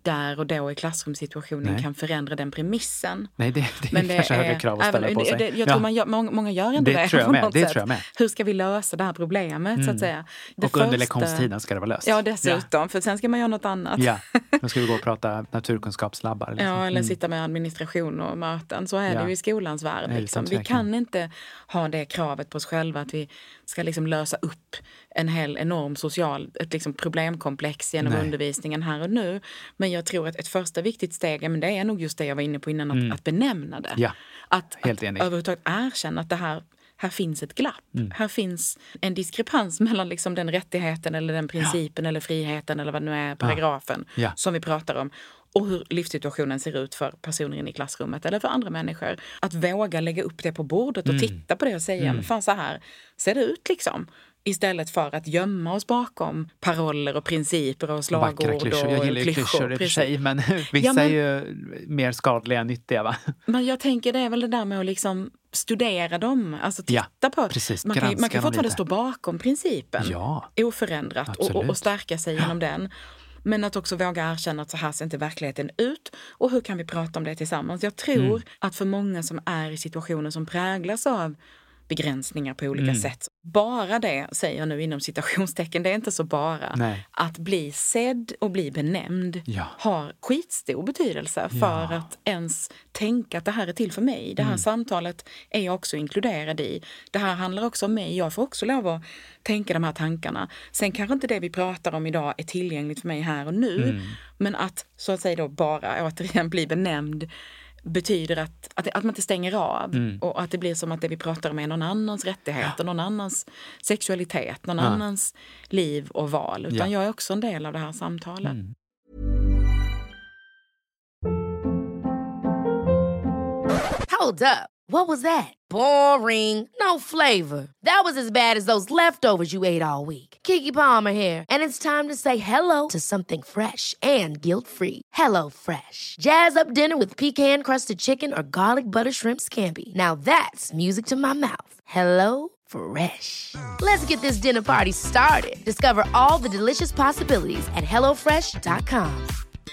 där och då i klassrumssituationen kan förändra den premissen. Nej, det är kanske högre krav att ställa på sig. Jag tror många gör inte det tror jag på med. något Det sätt. tror jag med. Hur ska vi lösa det här problemet så att säga? Och under lektionstiden ska det vara löst. Ja, dessutom. För sen ska man göra något annat. Ja, då ska vi gå och prata naturkunskapslabbar. Liksom. Ja, eller sitta med administration och möten. Så är det ju i skolans värld. Liksom. Vi kan inte ha det kravet på oss själva att vi ska liksom lösa upp en hel enorm ett liksom problemkomplex genom undervisningen här och nu. Men jag tror att ett första viktigt steg, men det är nog just det jag var inne på innan, att benämna det. Ja, helt enig. Att överhuvudtaget erkänna att det här finns ett glapp. Här finns en diskrepans mellan liksom den rättigheten eller den principen eller friheten eller vad det nu är, paragrafen som vi pratar om. Och hur livssituationen ser ut för personer inne i klassrummet eller för andra människor. Att våga lägga upp det på bordet och titta på det och säga, fan så här ser det ut liksom. Istället för att gömma oss bakom paroller och principer och slagord och klyschor. Jag gillar ju klyschor i och för sig, men vissa är ju mer skadliga än nyttiga, va? Men jag tänker det är väl det där med att liksom studera dem, alltså titta på. Precis, man kan fortfarande stå bakom principen oförändrat och stärka sig genom den. Men att också våga erkänna att så här ser inte verkligheten ut. Och hur kan vi prata om det tillsammans? Jag tror att för många som är i situationer som präglas av begränsningar på olika sätt. Bara det, säger jag nu inom citationstecken, det är inte så bara. Nej. Att bli sedd och bli benämnd har skitstor betydelse för att ens tänka att det här är till för mig. Det här samtalet är jag också inkluderad i. Det här handlar också om mig. Jag får också lov att tänka de här tankarna. Sen kanske inte det vi pratar om idag är tillgängligt för mig här och nu. Men att så att säga då bara återigen bli benämnd betyder att man inte stänger av och att det blir som att det vi pratar om är någon annans rättigheter, någon annans sexualitet, någon annans liv och val. Utan jag är också en del av det här samtalet. Hold up. What was that? Boring. No flavor. That was as bad as those leftovers you ate all week. Keke Palmer here, and it's time to say hello to something fresh and guilt-free. Hello Fresh. Jazz up dinner with pecan-crusted chicken or garlic butter shrimp scampi. Now that's music to my mouth. Hello Fresh. Let's get this dinner party started. Discover all the delicious possibilities at hellofresh.com.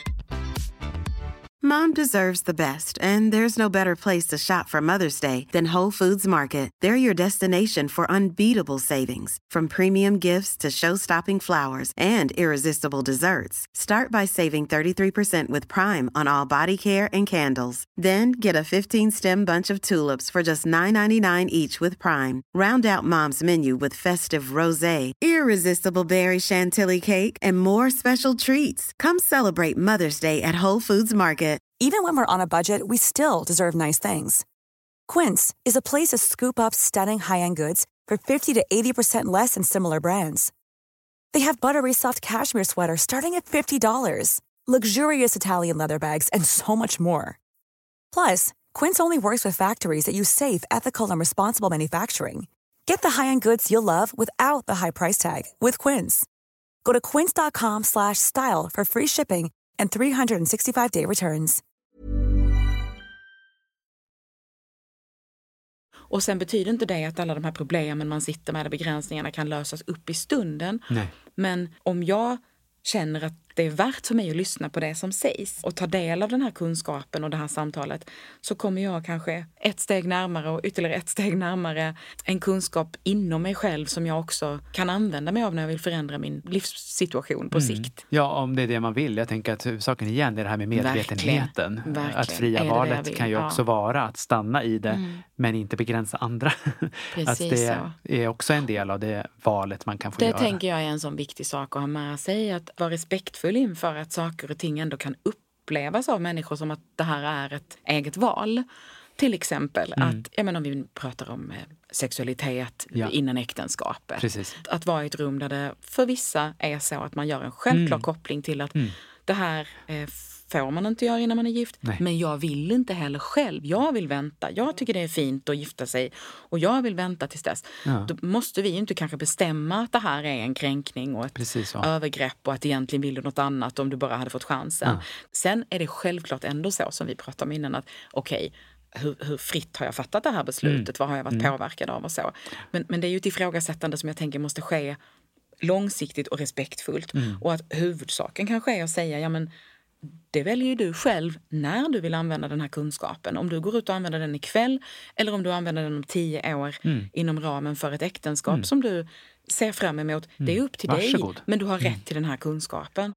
Mom deserves the best, and there's no better place to shop for Mother's Day than Whole Foods Market. They're your destination for unbeatable savings, from premium gifts to show-stopping flowers and irresistible desserts. Start by saving 33% with Prime on all body care and candles. Then get a 15-stem bunch of tulips for just $9.99 each with Prime. Round out Mom's menu with festive rosé, irresistible berry chantilly cake, and more special treats. Come celebrate Mother's Day at Whole Foods Market. Even when we're on a budget, we still deserve nice things. Quince is a place to scoop up stunning high-end goods for 50 to 80% less than similar brands. They have buttery soft cashmere sweaters starting at $50, luxurious Italian leather bags, and so much more. Plus, Quince only works with factories that use safe, ethical, and responsible manufacturing. Get the high-end goods you'll love without the high price tag with Quince. Go to quince.com/style for free shipping and 365-day returns. Och sen betyder inte det att alla de här problemen man sitter med, begränsningarna kan lösas upp i stunden. Nej. Men om jag känner att det är värt för mig att lyssna på det som sägs och ta del av den här kunskapen och det här samtalet, så kommer jag kanske ett steg närmare och ytterligare ett steg närmare en kunskap inom mig själv som jag också kan använda mig av när jag vill förändra min livssituation på sikt. Ja, om det är det man vill. Jag tänker att saken igen är det här med medvetenheten. Verkligen. Att fria valet kan ju också vara att stanna i det men inte begränsa andra. Att det är också en del av det valet man kan få göra. Det tänker jag är en sån viktig sak att ha med sig, att vara respektfull inför att saker och ting ändå kan upplevas av människor som att det här är ett eget val. Till exempel att, jag menar, om vi pratar om sexualitet innan äktenskapet. Precis. Att vara i ett rum där det för vissa är så att man gör en självklar koppling till att det här får man inte göra innan man är gift. Nej. Men jag vill inte heller själv. Jag vill vänta. Jag tycker det är fint att gifta sig. Och jag vill vänta tills dess. Ja. Då måste vi ju inte kanske bestämma att det här är en kränkning och ett övergrepp och att egentligen vill du något annat om du bara hade fått chansen. Ja. Sen är det självklart ändå så som vi pratade om innan att okej, hur fritt har jag fattat det här beslutet? Vad har jag varit påverkad av och så? Men det är ju ett ifrågasättande som jag tänker måste ske långsiktigt och respektfullt. Och att huvudsaken kanske är att säga, ja men det väljer ju du själv när du vill använda den här kunskapen. Om du går ut och använder den ikväll eller om du använder den om 10 år inom ramen för ett äktenskap som du ser fram emot. Det är upp till dig, men du har rätt till den här kunskapen.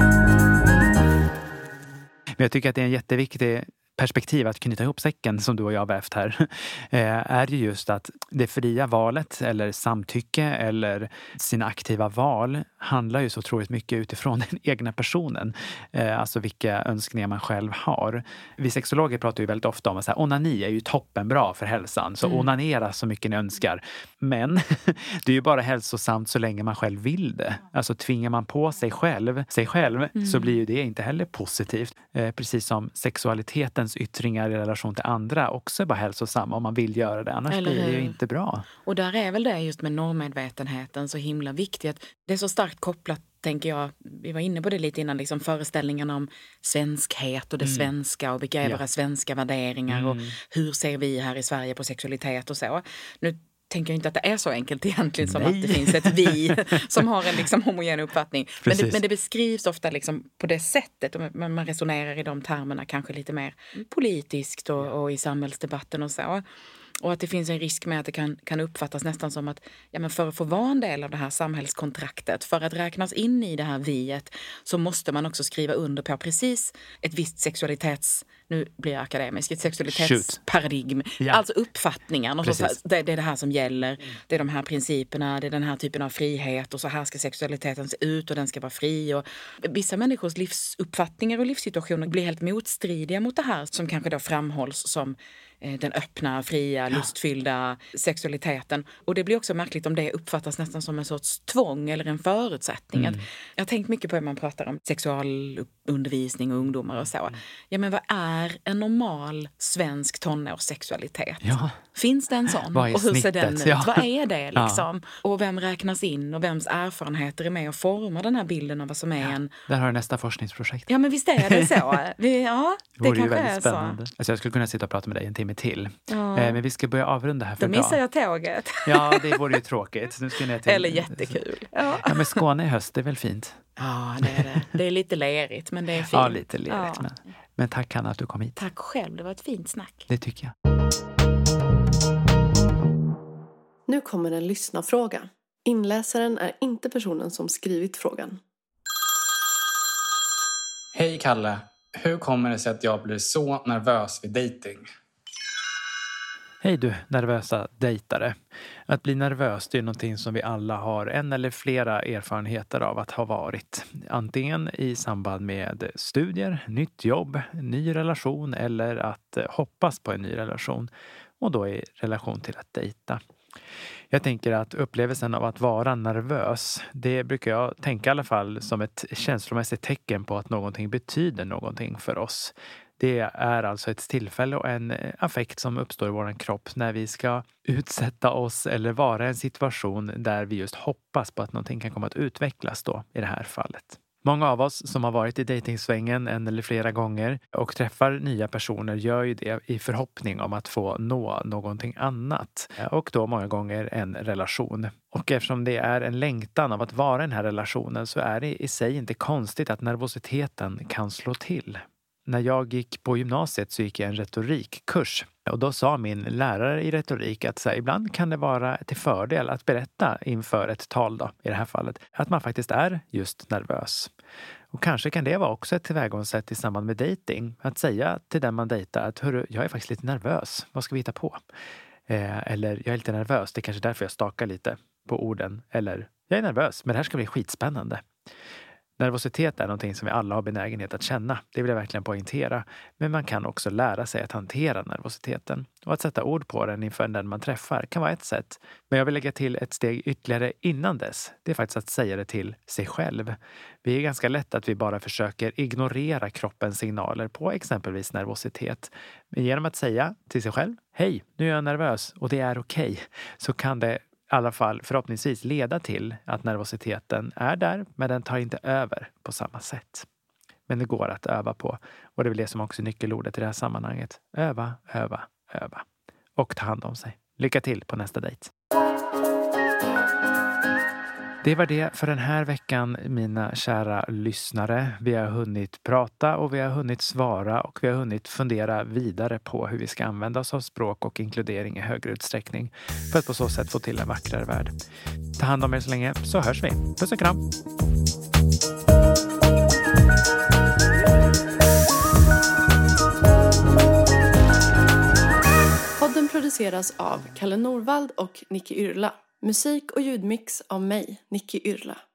Men jag tycker att det är en jätteviktig perspektiv att knyta ihop säcken som du och jag har vävt här är ju just att det fria valet eller samtycke eller sina aktiva val handlar ju så otroligt mycket utifrån den egna personen. Alltså vilka önskningar man själv har. Vi sexologer pratar ju väldigt ofta om att onani är ju toppenbra för hälsan. Så onanera så mycket ni önskar. Men det är ju bara hälsosamt så länge man själv vill det. Alltså tvingar man på sig själv så blir ju det inte heller positivt. Precis som sexualitetens yttringar i relation till andra också är bara hälsosamma om man vill göra det. Annars blir det ju inte bra. Och där är väl det just med normmedvetenheten så himla viktigt. Det är så starkt kopplat, tänker jag, vi var inne på det lite innan, liksom föreställningen om svenskhet och det svenska och vilka är våra svenska värderingar och hur ser vi här i Sverige på sexualitet och så. Nu tänker jag inte att det är så enkelt egentligen som att det finns ett vi som har en liksom homogen uppfattning. Men det beskrivs ofta liksom på det sättet och man resonerar i de termerna kanske lite mer politiskt och i samhällsdebatten och så. Och att det finns en risk med att det kan uppfattas nästan som att men för att få vara en del av det här samhällskontraktet, för att räknas in i det här viet, så måste man också skriva under på precis ett visst nu blir jag akademisk, ett sexualitetsparadigm. Alltså uppfattningar. Det är det här som gäller, det är de här principerna, det är den här typen av frihet och så här ska sexualiteten se ut och den ska vara fri. Och vissa människors livsuppfattningar och livssituationer blir helt motstridiga mot det här som kanske då framhålls som den öppna, fria, lustfyllda sexualiteten. Och det blir också märkligt om det uppfattas nästan som en sorts tvång eller en förutsättning. Jag har tänkt mycket på hur man pratar om sexualundervisning och ungdomar och så. Ja, men vad är en normal svensk tonårssexualitet? Ja. Finns det en sån? Och hur ser den ut? Ja. Vad är det liksom? Och vem räknas in och vems erfarenheter är med och formar den här bilden av vad som är en... Där har du nästa forskningsprojekt. Ja, men visst är det så. Det kanske är spännande. Så. Alltså jag skulle kunna sitta och prata med dig en timme till. Men vi ska börja avrunda här för idag. Då missar jag tåget. Ja, det vore ju tråkigt. Nu ska ni till... Eller jättekul. Ja, men Skåne i höst, det är väl fint? Ja, det är det. Det är lite lerigt, men det är fint. Ja, lite lerigt. Men tack Hanna att du kom hit. Tack själv, det var ett fint snack. Det tycker jag. Nu kommer en lyssnarfråga. Inläsaren är inte personen som skrivit frågan. Hej Kalle. Hur kommer det sig att jag blir så nervös vid dating? Hej du, nervösa dejtare. Att bli nervös, det är någonting som vi alla har en eller flera erfarenheter av att ha varit. Antingen i samband med studier, nytt jobb, ny relation eller att hoppas på en ny relation. Och då i relation till att dejta. Jag tänker att upplevelsen av att vara nervös, det brukar jag tänka i alla fall som ett känslomässigt tecken på att någonting betyder någonting för oss. Det är alltså ett tillfälle och en affekt som uppstår i vår kropp när vi ska utsätta oss eller vara i en situation där vi just hoppas på att någonting kan komma att utvecklas då i det här fallet. Många av oss som har varit i dejtingsvängen en eller flera gånger och träffar nya personer gör ju det i förhoppning om att få nå någonting annat. Och då många gånger en relation. Och eftersom det är en längtan av att vara i den här relationen så är det i sig inte konstigt att nervositeten kan slå till. När jag gick på gymnasiet så gick jag en retorikkurs. Och då sa min lärare i retorik att ibland kan det vara till fördel att berätta inför ett tal då, i det här fallet, att man faktiskt är just nervös. Och kanske kan det vara också ett tillvägagångssätt i samband med dating. Att säga till den man dejtar att hörru, jag är faktiskt lite nervös. Vad ska vi hitta på? Eller jag är lite nervös, det är kanske därför jag stakar lite på orden. Eller jag är nervös, men det här ska bli skitspännande. Nervositet är någonting som vi alla har benägenhet att känna. Det vill jag verkligen poängtera. Men man kan också lära sig att hantera nervositeten. Och att sätta ord på den inför den man träffar kan vara ett sätt. Men jag vill lägga till ett steg ytterligare innan dess. Det är faktiskt att säga det till sig själv. Vi är ganska lätt att vi bara försöker ignorera kroppens signaler på exempelvis nervositet. Men genom att säga till sig själv, hej, nu är jag nervös och det är okej. Så kan det i alla fall förhoppningsvis leda till att nervositeten är där, men den tar inte över på samma sätt. Men det går att öva på. Och det är väl det som också är nyckelordet i det här sammanhanget. Öva, öva, öva. Och ta hand om sig. Lycka till på nästa dejt. Det var det för den här veckan, mina kära lyssnare. Vi har hunnit prata och vi har hunnit svara och vi har hunnit fundera vidare på hur vi ska använda oss av språk och inkludering i högre utsträckning för att på så sätt få till en vackrare värld. Ta hand om er så länge, så hörs vi. Puss och kram! Podden produceras av Kalle Norvald och Nicky Yrla. Musik och ljudmix av mig, Nicky Yrla.